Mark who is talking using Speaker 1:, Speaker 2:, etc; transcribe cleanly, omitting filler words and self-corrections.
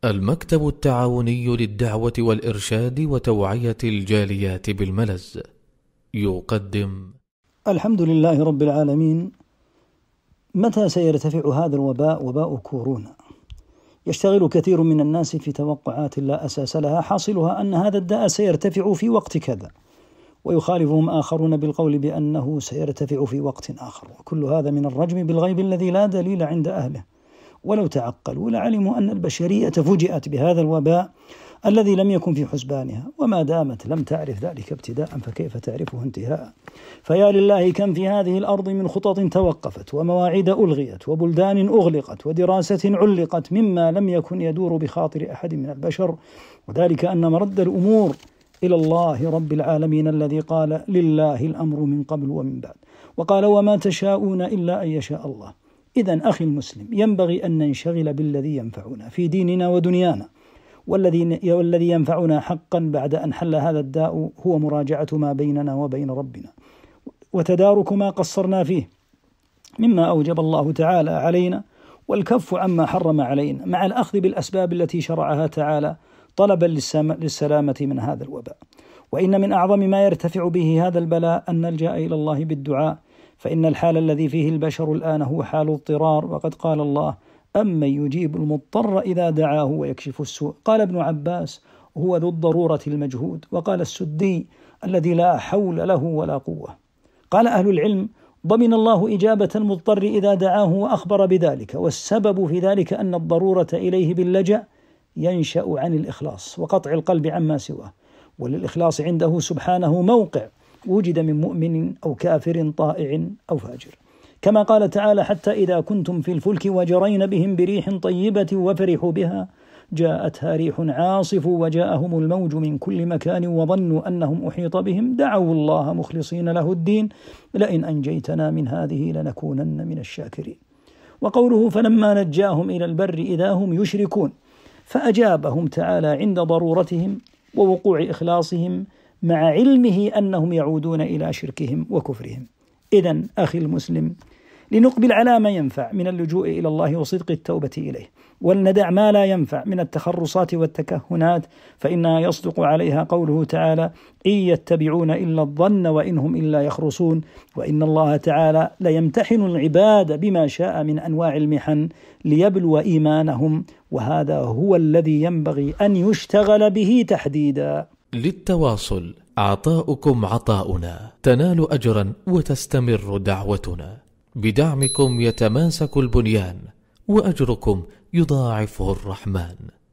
Speaker 1: المكتب التعاوني للدعوة والإرشاد وتوعية الجاليات بالملز يقدم.
Speaker 2: الحمد لله رب العالمين. متى سيرتفع هذا الوباء، وباء كورونا؟ يشتغل كثير من الناس في توقعات لا أساس لها، حاصلها أن هذا الداء سيرتفع في وقت كذا، ويخالفهم آخرون بالقول بأنه سيرتفع في وقت آخر، وكل هذا من الرجم بالغيب الذي لا دليل عند أهله. ولو تعقلوا لعلموا أن البشرية فوجئت بهذا الوباء الذي لم يكن في حسبانها، وما دامت لم تعرف ذلك ابتداء فكيف تعرفه انتهاء؟ فيا لله كم في هذه الأرض من خطط توقفت، ومواعيد ألغيت، وبلدان أغلقت، ودراسة علقت، مما لم يكن يدور بخاطر أحد من البشر، وذلك أن مرد الأمور إلى الله رب العالمين الذي قال: لله الأمر من قبل ومن بعد، وقال: وما تشاءون إلا أن يشاء الله. إذن أخي المسلم، ينبغي أن ننشغل بالذي ينفعنا في ديننا ودنيانا، والذي ينفعنا حقا بعد أن حل هذا الداء هو مراجعة ما بيننا وبين ربنا، وتدارك ما قصرنا فيه مما أوجب الله تعالى علينا، والكف عما حرم علينا، مع الأخذ بالأسباب التي شرعها تعالى طلبا للسلامة من هذا الوباء. وإن من أعظم ما يرتفع به هذا البلاء أن نلجأ إلى الله بالدعاء، فإن الحال الذي فيه البشر الآن هو حال اضطرار، وقد قال الله: أمن يجيب المضطر إذا دعاه ويكشف السوء. قال ابن عباس: هو ذو الضرورة المجهود. وقال السدي: الذي لا حول له ولا قوة. قال أهل العلم: ضمن الله إجابة المضطر إذا دعاه وأخبر بذلك، والسبب في ذلك أن الضرورة إليه باللجأ ينشأ عن الإخلاص وقطع القلب عما سواه، وللإخلاص عنده سبحانه موقع وجد من مؤمن أو كافر طائع أو فاجر، كما قال تعالى: حتى إذا كنتم في الفلك وجرين بهم بريح طيبة وفرحوا بها جاءتها ريح عاصف وجاءهم الموج من كل مكان وظنوا أنهم أحيط بهم دعوا الله مخلصين له الدين لئن أنجيتنا من هذه لنكونن من الشاكرين. وقوله: فلما نجاهم إلى البر إذا هم يشركون، فأجابهم تعالى عند ضرورتهم ووقوع إخلاصهم، مع علمه أنهم يعودون إلى شركهم وكفرهم. إذن أخي المسلم، لنقبل على ما ينفع من اللجوء إلى الله وصدق التوبة إليه، ولندع ما لا ينفع من التخرصات والتكهنات، فإنها يصدق عليها قوله تعالى: إن يتبعون إلا الظن وإنهم إلا يخرصون. وإن الله تعالى ليمتحن العباد بما شاء من أنواع المحن ليبلو إيمانهم، وهذا هو الذي ينبغي أن يشتغل به تحديدا.
Speaker 1: للتواصل: عطاؤكم عطاؤنا، تنال أجرا وتستمر دعوتنا. بدعمكم يتماسك البنيان، وأجركم يضاعفه الرحمن.